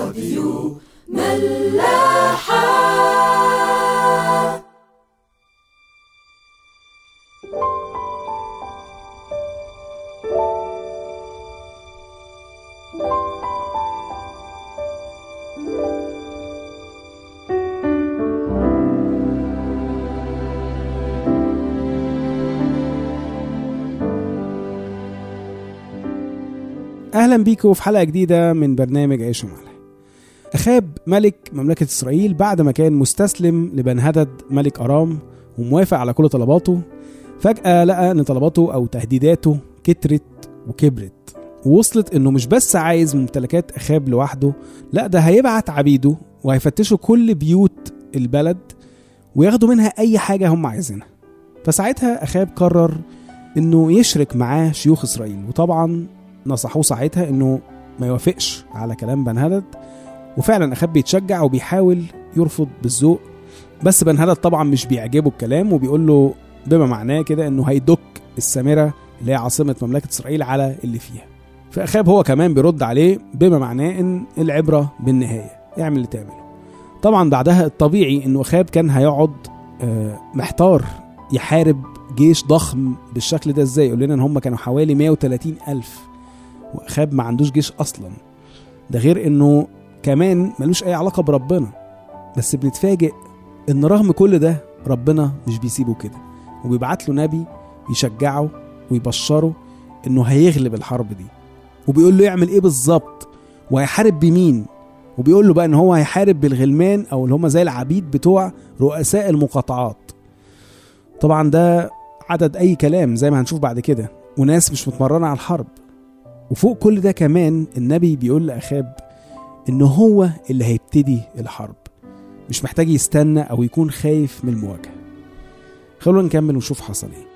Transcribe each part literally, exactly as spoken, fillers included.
راديو ملاحة. أهلا بيكم في حلقة جديدة من برنامج عيش وملح. أخاب ملك مملكة إسرائيل بعد ما كان مستسلم لبنهدد ملك أرام وموافق على كل طلباته، فجأة لقى أن طلباته أو تهديداته كترت وكبرت، ووصلت أنه مش بس عايز ممتلكات أخاب لوحده، لا ده هيبعت عبيده وهيفتشوا كل بيوت البلد وياخدوا منها أي حاجة هم عايزينها. فساعتها أخاب قرر أنه يشرك معاه شيوخ إسرائيل، وطبعا نصحوه ساعتها انه ما يوافقش على كلام بنهدد، وفعلا أخاب بيتشجع وبيحاول يرفض بالذوق، بس بنهدد طبعا مش بيعجبه الكلام وبيقول له بما معناه كده انه هيدك السامرة اللي هي عاصمة مملكة إسرائيل على اللي فيها. فأخاب هو كمان بيرد عليه بما معناه ان العبرة بالنهاية، اعمل اللي تعمله. طبعا بعدها الطبيعي انه أخاب كان هيقعد محتار يحارب جيش ضخم بالشكل ده ازاي. يقول لنا ان هم كانوا حوالي مية وتلاتين ألف، وأخاب ما عندوش جيش أصلا، ده غير أنه كمان ملوش أي علاقة بربنا. بس بنتفاجئ أن رغم كل ده ربنا مش بيسيبه كده، وبيبعت له نبي يشجعه ويبشره أنه هيغلب الحرب دي، وبيقول له يعمل إيه بالظبط وهيحارب بمين، وبيقول له بقى أنه هو هيحارب بالغلمان أو اللي هم زي العبيد بتوع رؤساء المقاطعات. طبعا ده عدد أي كلام زي ما هنشوف بعد كده، وناس مش متمرنة على الحرب. وفوق كل ده كمان النبي بيقول لأخاب إنه هو اللي هيبتدي الحرب، مش محتاج يستنى أو يكون خايف من المواجهة. خلونا نكمل ونشوف حصل إيه.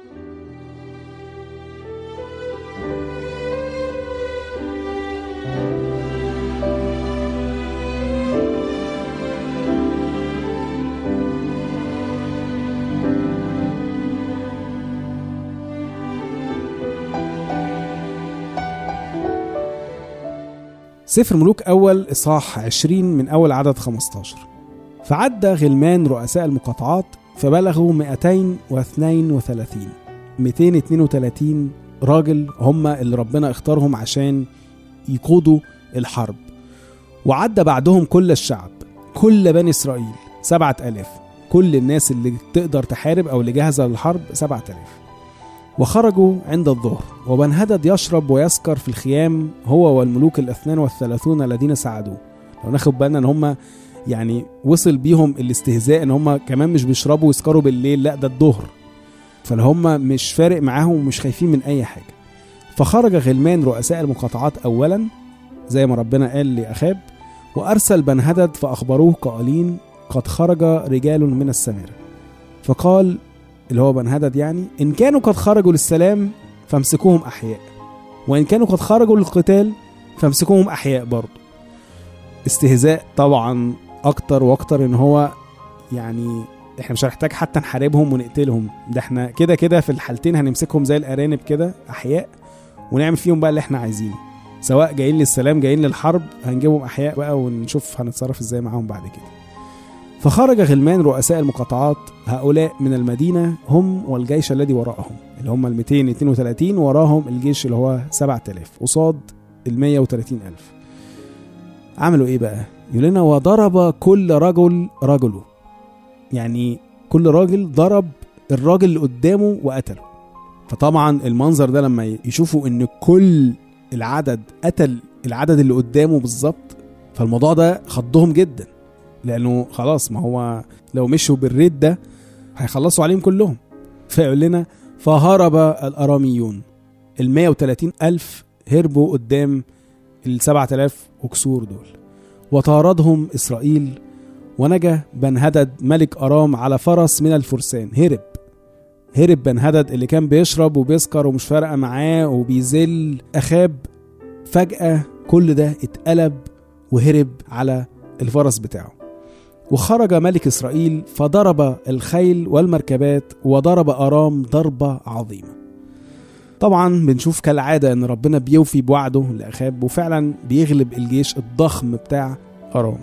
سفر ملوك أول إصحاح عشرين من أول عدد خمستاشر. فعد غلمان رؤساء المقاطعات فبلغوا مئتين واثنين وثلاثين مئتين واثنين وثلاثين راجل هم اللي ربنا اختارهم عشان يقودوا الحرب. وعد بعدهم كل الشعب كل بني إسرائيل سبعة ألاف، كل الناس اللي تقدر تحارب أو اللي جاهزة للحرب سبعة ألاف. وخرجوا عند الظهر وبنهدد يشرب ويسكر في الخيام هو والملوك الاثنان والثلاثون الذين ساعدوه. لو ناخد بالنا ان هم يعني وصل بيهم الاستهزاء ان هم كمان مش بيشربوا ويسكروا بالليل، لا ده الظهر، فهم مش فارق معاهم ومش خايفين من اي حاجة. فخرج غلمان رؤساء المقاطعات اولا زي ما ربنا قال لأخاب، وارسل بنهدد فاخبروه قائلين قد خرج رجال من السامرة. فقال اللي هو بنهدد يعني إن كانوا قد خرجوا للسلام فامسكوهم أحياء، وإن كانوا قد خرجوا للقتال فامسكوهم أحياء برضو. استهزاء طبعا أكتر وأكتر، إن هو يعني إحنا مش هنحتاج حتى نحاربهم ونقتلهم، ده إحنا كده كده في الحالتين هنمسكهم زي الأرانب كده أحياء ونعمل فيهم بقى اللي إحنا عايزينه، سواء جايين للسلام جايين للحرب هنجيبهم أحياء بقى ونشوف هنتصرف إزاي معاهم بعد كده. فخرج غلمان رؤساء المقاطعات هؤلاء من المدينة هم والجيش الذي وراءهم اللي هم المئتين واثنين وثلاثين، وراهم الجيش اللي هو سبعة آلاف قصاد المية وثلاثين ألف. عملوا ايه بقى؟ يقول لنا وضرب كل رجل رجله، يعني كل راجل ضرب الراجل اللي قدامه وقتله. فطبعا المنظر ده لما يشوفوا ان كل العدد قتل العدد اللي قدامه بالظبط، فالموضوع ده خضهم جدا، لأنه خلاص ما هو لو مشوا بالريد ده هيخلصوا عليهم كلهم. فيقول لنا فهرب الأراميون المية وثلاثين ألف، هربوا قدام السبعة آلاف وكسور دول، وطاردهم إسرائيل. ونجا بنهدد ملك أرام على فرس من الفرسان، هرب هرب بنهدد اللي كان بيشرب وبيسكر ومش فارقة معاه وبيزل أخاب. فجأة كل ده اتقلب وهرب على الفرس بتاعه. وخرج ملك إسرائيل فضرب الخيل والمركبات وضرب أرام ضربة عظيمة. طبعا بنشوف كالعادة ان ربنا بيوفي بوعده لأخاب، وفعلا بيغلب الجيش الضخم بتاع أرام،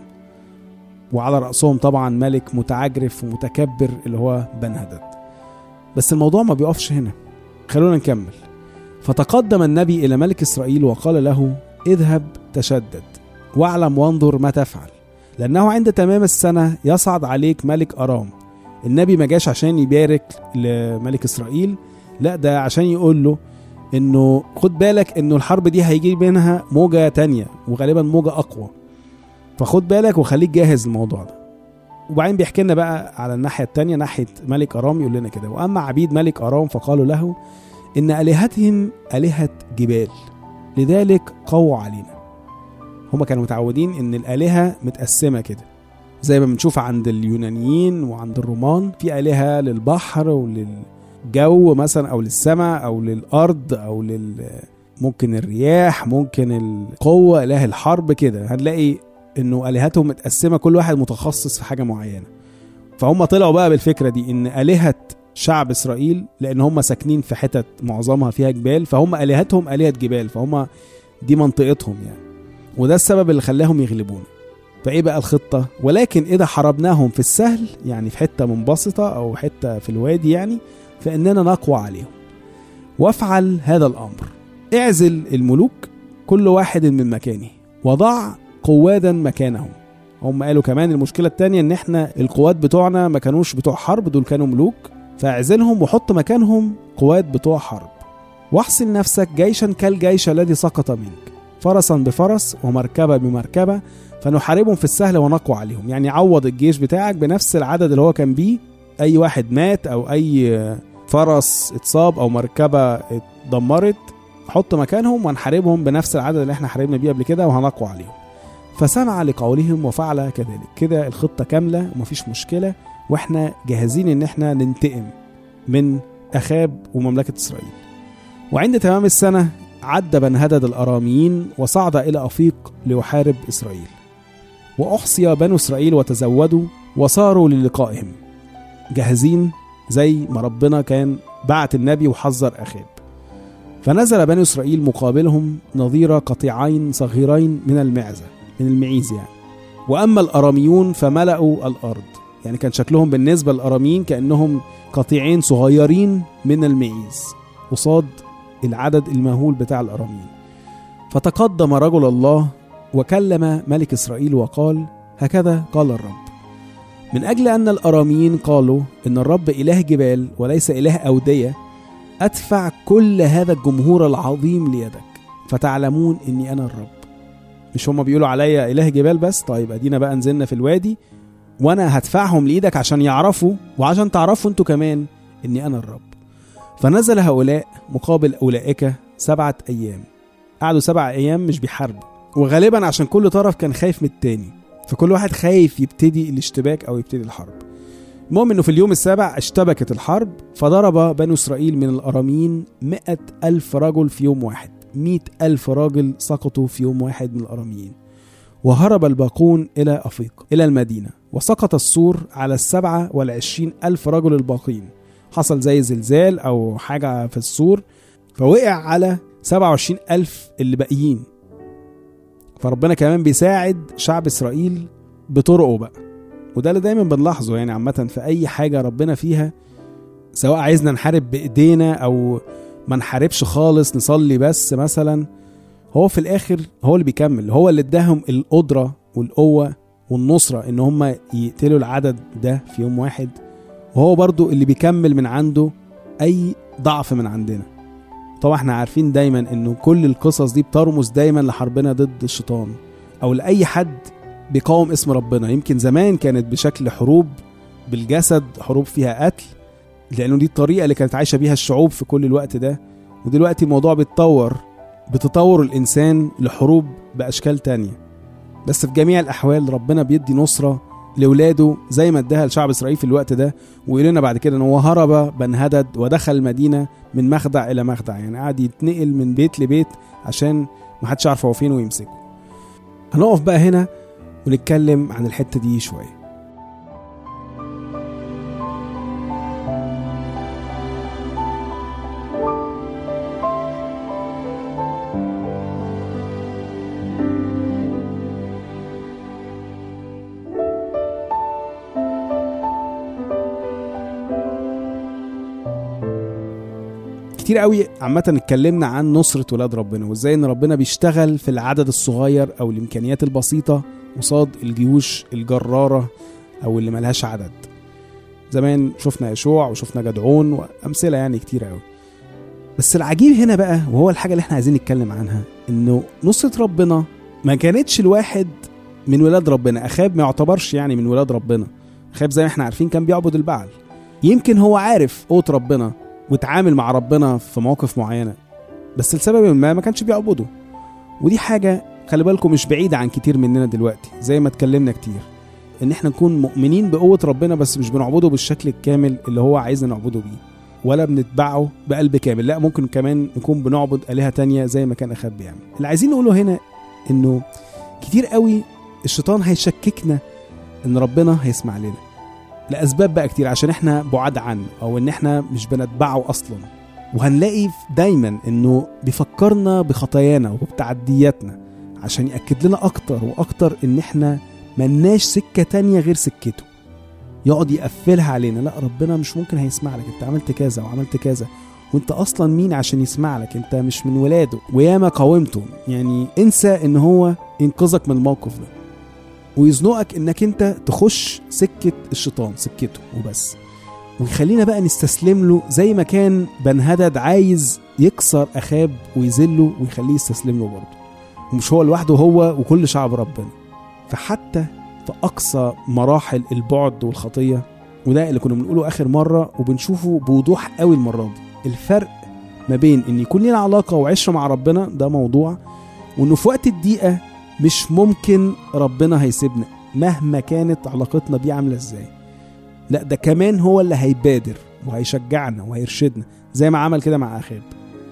وعلى رأسهم طبعا ملك متعجرف ومتكبر اللي هو بنهدد. بس الموضوع ما بيقفش هنا، خلونا نكمل. فتقدم النبي إلى ملك إسرائيل وقال له: اذهب تشدد واعلم وانظر ما تفعل، لأنه عند تمام السنة يصعد عليك ملك أرام. النبي ما جاش عشان يبارك لملك إسرائيل، لا ده عشان يقول له انه خد بالك انه الحرب دي هيجي منها موجة تانية وغالبا موجة اقوى، فخد بالك وخليك جاهز الموضوع ده. وبعدين بيحكي لنا بقى على الناحية التانية ناحية ملك أرام، يقول لنا كده: واما عبيد ملك أرام فقالوا له ان آلهتهم آلهة جبال، لذلك قووا علينا. هما كانوا متعودين ان الآلهة متقسمة كده زي ما بنشوف عند اليونانيين وعند الرومان، في آلهة للبحر وللجو مثلا او للسماء او للأرض او لل ممكن الرياح، ممكن القوة، إله الحرب كده. هنلاقي انه آلهتهم متقسمة، كل واحد متخصص في حاجة معينة. فهم طلعوا بقى بالفكرة دي ان آلهة شعب إسرائيل، لأن هم ساكنين في حتت معظمها فيها جبال، فهم آلهتهم آلهة جبال، فهم دي منطقتهم يعني، وده السبب اللي خلاهم يغلبونا. فإيه بقى الخطة؟ ولكن إذا حاربناهم في السهل، يعني في حتة منبسطة أو حتة في الوادي يعني، فإننا نقوى عليهم. وافعل هذا الأمر: اعزل الملوك كل واحد من مكانه وضع قوادا مكانهم. هم قالوا كمان المشكلة التانية ان احنا القواد بتوعنا ما كانوش بتوع حرب، دول كانوا ملوك، فاعزلهم وحط مكانهم قواد بتوع حرب. واحصل نفسك جيشا كالجيش الذي سقط منك، فرسا بفرس ومركبة بمركبة، فنحاربهم في السهل ونقوى عليهم. يعني عوض الجيش بتاعك بنفس العدد اللي هو كان بيه، اي واحد مات او اي فرس اتصاب او مركبة اتدمرت حط مكانهم ونحاربهم بنفس العدد اللي احنا حاربنا بيه قبل كده وهنقوى عليهم. فسمع لقولهم وفعل كذلك. كده الخطة كاملة ومفيش مشكلة، واحنا جاهزين ان احنا ننتقم من أخاب ومملكة إسرائيل. وعند تمام السنة عد بنهدد الأراميين وصعد إلى أفيق ليحارب إسرائيل. وأحصي بنو إسرائيل وتزودوا وصاروا للقائهم جاهزين زي ما ربنا كان بعت النبي وحذر أخاب. فنزل بنو إسرائيل مقابلهم نظير قطيعين صغيرين من المعزة من المعيز يعني. وأما الأراميون فملأوا الأرض، يعني كان شكلهم بالنسبة للأراميين كأنهم قطيعين صغيرين من المعيز وصاد العدد المهول بتاع الأراميين. فتقدم رجل الله وكلم ملك إسرائيل وقال: هكذا قال الرب: من أجل أن الأراميين قالوا إن الرب إله جبال وليس إله أودية، أدفع كل هذا الجمهور العظيم ليدك، فتعلمون إني أنا الرب. مش هم بيقولوا عليا إله جبال بس؟ طيب أدينا بقى نزلنا في الوادي وأنا هدفعهم لإيدك عشان يعرفوا وعشان تعرفوا أنتوا كمان إني أنا الرب. فنزل هؤلاء مقابل أولئك سبعة أيام. قعدوا سبعة أيام مش بيحاربوا، وغالبا عشان كل طرف كان خايف من التاني، فكل واحد خايف يبتدي الاشتباك أو يبتدي الحرب. المهم إنه في اليوم السابع اشتبكت الحرب، فضرب بنو إسرائيل من الأراميين مئة ألف رجل في يوم واحد. مئة ألف راجل سقطوا في يوم واحد من الأراميين. وهرب الباقون إلى أفيق إلى المدينة، وسقط السور على السبعة والعشرين ألف رجل الباقين. حصل زي زلزال أو حاجة في السور، فوقع على سبعة وعشرين ألف اللي باقيين. فربنا كمان بيساعد شعب إسرائيل بطرقه بقى، وده اللي دايما بنلاحظه يعني عامة في أي حاجة ربنا فيها، سواء عايزنا نحارب بإيدينا أو ما نحاربش خالص نصلي بس مثلا، هو في الآخر هو اللي بيكمل، هو اللي اداهم القدرة والقوة والنصرة إن هم يقتلوا العدد ده في يوم واحد، وهو برضو اللي بيكمل من عنده أي ضعف من عندنا. طبعا احنا عارفين دايما إنه كل القصص دي بترمز دايما لحربنا ضد الشيطان أو لأي حد بيقاوم اسم ربنا. يمكن زمان كانت بشكل حروب بالجسد، حروب فيها قتل، لأنه دي الطريقة اللي كانت عايشة بيها الشعوب في كل الوقت ده. ودلوقتي الموضوع بيتطور بتطور الإنسان لحروب بأشكال تانية، بس في جميع الأحوال ربنا بيدي نصرة لولاده زي ما اداها لشعب إسرائيل في الوقت ده. ويقولنا بعد كده أنه هرب بنهدد ودخل المدينة من مخدع إلى مخدع، يعني قاعد يتنقل من بيت لبيت عشان ما حدش عارف هو فين ويمسكه. هنقف بقى هنا ونتكلم عن الحتة دي شوية. كتير قوي عامة اتكلمنا عن نصرة ولاد ربنا وازاي ان ربنا بيشتغل في العدد الصغير او الامكانيات البسيطة قصاد الجيوش الجرارة او اللي ملهاش عدد. زمان شفنا يشوع وشفنا جدعون وامثلة يعني كتير قوي. بس العجيب هنا بقى وهو الحاجة اللي احنا عايزين نتكلم عنها انه نصرة ربنا ما كانتش الواحد من ولاد ربنا. اخاب ما يعتبرش يعني من ولاد ربنا. اخاب زي ما احنا عارفين كان بيعبد البعل. يمكن هو عارف قوة ربنا وتعامل مع ربنا في مواقف معينة بس لسبب ما ما كانش بيعبده. ودي حاجة خلي بالكم مش بعيدة عن كتير مننا دلوقتي زي ما اتكلمنا كتير ان احنا نكون مؤمنين بقوة ربنا بس مش بنعبده بالشكل الكامل اللي هو عايزنا نعبده بيه ولا بنتبعه بقلب كامل. لا ممكن كمان نكون بنعبد آلهة تانية زي ما كان أخاب بيعمل. اللي عايزين نقوله هنا انه كتير قوي الشيطان هيشككنا ان ربنا هيسمع لنا لأسباب بقى كتير عشان احنا بعاد عنه او ان احنا مش بنتبعه اصلا. وهنلاقي دايما انه بيفكرنا بخطايانا وبتعدياتنا عشان يأكد لنا اكتر واكتر ان احنا ملناش سكة تانية غير سكته. يقعد يقفلها علينا. لا ربنا مش ممكن هيسمع لك، انت عملت كذا وعملت كذا وانت اصلا مين عشان يسمع لك؟ انت مش من ولاده وياما قاومته. يعني انسى ان هو ينقذك من الموقف ده ويزنقك انك انت تخش سكة الشيطان سكته وبس ويخلينا بقى نستسلم له زي ما كان بنهدد عايز يكسر أخاب ويذله ويخليه يستسلم له برضه. ومش هو لوحده، هو وكل شعب ربنا. فحتى في أقصى مراحل البعد والخطية وده اللي كنا بنقوله آخر مرة وبنشوفه بوضوح قوي المرة دي، الفرق ما بين ان يكون لنا علاقة وعشرة مع ربنا ده موضوع، وانه في وقت الضيقة مش ممكن ربنا هيسيبنا مهما كانت علاقتنا بيه عاملة ازاي. لا ده كمان هو اللي هيبادر وهيشجعنا وهيرشدنا زي ما عمل كده مع أخاب.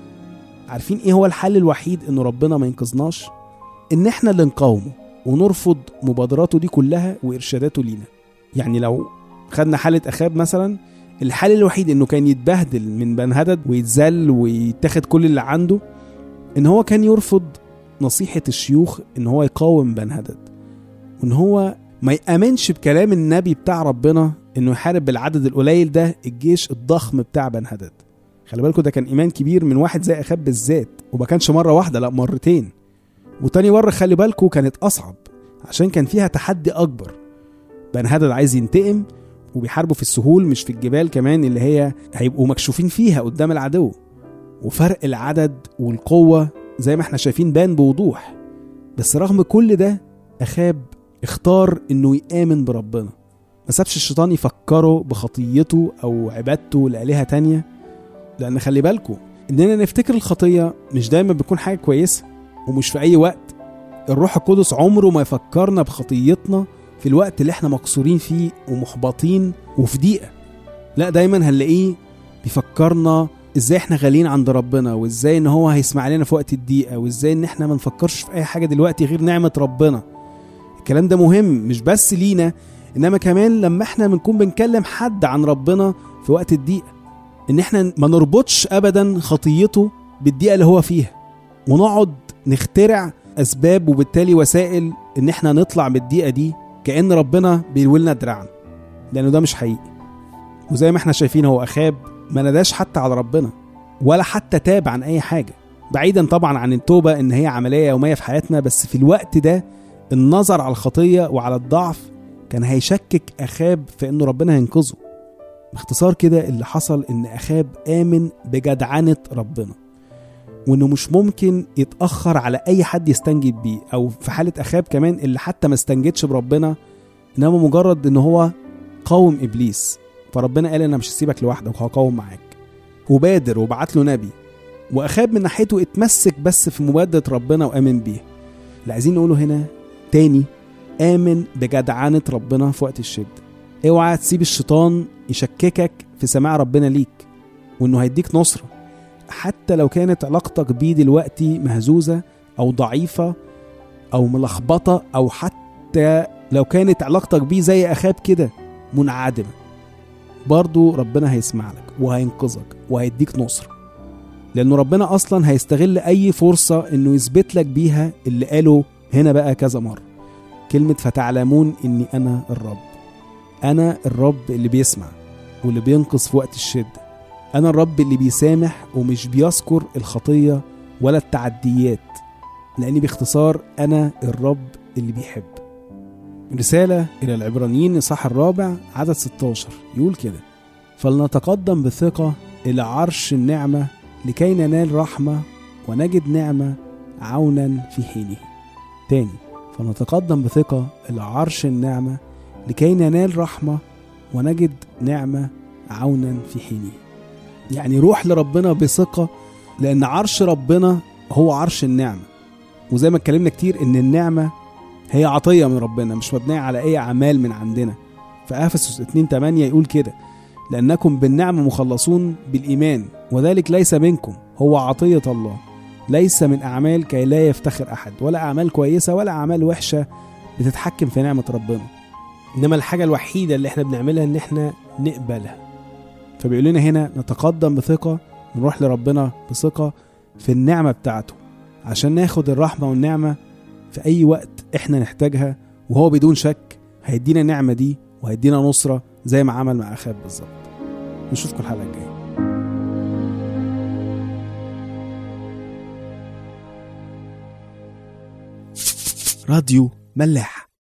عارفين ايه هو الحل الوحيد انه ربنا ما ينقذناش؟ ان احنا اللي نقاومه ونرفض مبادراته دي كلها وارشاداته لينا. يعني لو خدنا حالة أخاب مثلا، الحل الوحيد انه كان يتبهدل من بنهدد ويتذل ويتاخد كل اللي عنده، ان هو كان يرفض نصيحة الشيوخ ان هو يقاوم بنهدد، وان هو ما يأمنش بكلام النبي بتاع ربنا انه يحارب بالعدد القليل ده الجيش الضخم بتاع بنهدد. خلي بالكم ده كان ايمان كبير من واحد زي أخاب بالذات، وما كانش مرة واحدة لا مرتين، وتاني مرة خلي بالكم كانت اصعب عشان كان فيها تحدي اكبر. بنهدد عايز ينتقم وبيحاربوا في السهول مش في الجبال كمان اللي هي هيبقوا مكشوفين فيها قدام العدو، وفرق العدد والقوة زي ما احنا شايفين بان بوضوح. بس رغم كل ده أخاب اختار انه يآمن بربنا، ما سابش الشيطان يفكره بخطيته او عبادته لآلهة تانية. لان خلي بالكم اننا نفتكر الخطية مش دايما بيكون حاجة كويسة، ومش في اي وقت. الروح القدس عمره ما يفكرنا بخطيتنا في الوقت اللي احنا مقصورين فيه ومحبطين وفي ضيقة. لا دايما هنلاقيه بيفكرنا ازاي احنا غاليين عند ربنا، وازاي ان هو هيسمع لنا في وقت الضيقة، وازاي ان احنا ما نفكرش في اي حاجة دلوقتي غير نعمة ربنا. الكلام ده مهم مش بس لينا، انما كمان لما احنا بنكون بنكلم حد عن ربنا في وقت الضيقة، ان احنا ما نربطش ابدا خطيته بالضيقة اللي هو فيها، ونقعد نخترع اسباب وبالتالي وسائل ان احنا نطلع من الضيقة دي كأن ربنا بيولنا دراعنا، لأنه ده مش حقيقي. وزي ما احنا شايفين هو أخاب ما نداش حتى على ربنا ولا حتى تاب عن أي حاجة، بعيدا طبعا عن التوبة إن هي عملية يومية في حياتنا. بس في الوقت ده النظر على الخطية وعلى الضعف كان هيشكك أخاب في إنه ربنا هينقذه. باختصار كده اللي حصل إن أخاب آمن بجدعنة ربنا، وإنه مش ممكن يتأخر على أي حد يستنجد بيه، أو في حالة أخاب كمان اللي حتى ما استنجدش بربنا إنما مجرد إنه هو قاوم إبليس. فربنا قال أنا مش هسيبك لوحدك وهقاوم معاك، وبادر وبعت له نبي. وأخاب من ناحيته اتمسك بس في مبادرة ربنا وآمن بيه. اللي عايزين نقوله هنا تاني، آمن بجدعنة ربنا في وقت الشدة. اوعى تسيب الشيطان يشككك في سماع ربنا ليك وإنه هيديك نصرة، حتى لو كانت علاقتك بيه دلوقتي مهزوزة أو ضعيفة أو ملخبطة، أو حتى لو كانت علاقتك بيه زي أخاب كده منعدمة، برضو ربنا هيسمع لك وهينقذك وهيديك نصرة. لأنه ربنا أصلا هيستغل أي فرصة إنه يثبت لك بيها اللي قاله هنا بقى كذا مرة، كلمة فتعلمون إني أنا الرب. أنا الرب اللي بيسمع واللي بينقذ في وقت الشدة، أنا الرب اللي بيسامح ومش بيذكر الخطية ولا التعديات، لأني باختصار أنا الرب اللي بيحب. رسالة إلى العبرانيين إصحاح الرابع عدد ستاشر يقول كده: فلنتقدم بثقة إلى عرش النعمة لكي ننال رحمة ونجد نعمة عونا في حينه. تاني، فنتقدم بثقة إلى عرش النعمة لكي ننال رحمة ونجد نعمة عونا في حينه. يعني روح لربنا بثقة، لأن عرش ربنا هو عرش النعمة. وزي ما اتكلمنا كتير إن النعمة هي عطية من ربنا، مش مبنية على أي أعمال من عندنا. فأفسس اتنين تمانية يقول كده: لأنكم بالنعمة مخلصون بالإيمان، وذلك ليس منكم، هو عطية الله، ليس من أعمال كي لا يفتخر أحد. ولا أعمال كويسة ولا أعمال وحشة بتتحكم في نعمة ربنا، إنما الحاجة الوحيدة اللي احنا بنعملها إن احنا نقبلها. فبيقول لنا هنا نتقدم بثقة، نروح لربنا بثقة في النعمة بتاعته عشان ناخد الرحمة والنعمة في أي وقت احنا نحتاجها، وهو بدون شك هيدينا النعمة دي وهيدينا نصرة زي ما عمل مع أخاب بالظبط. نشوفكم الحلقة الجاية. راديو ملاح.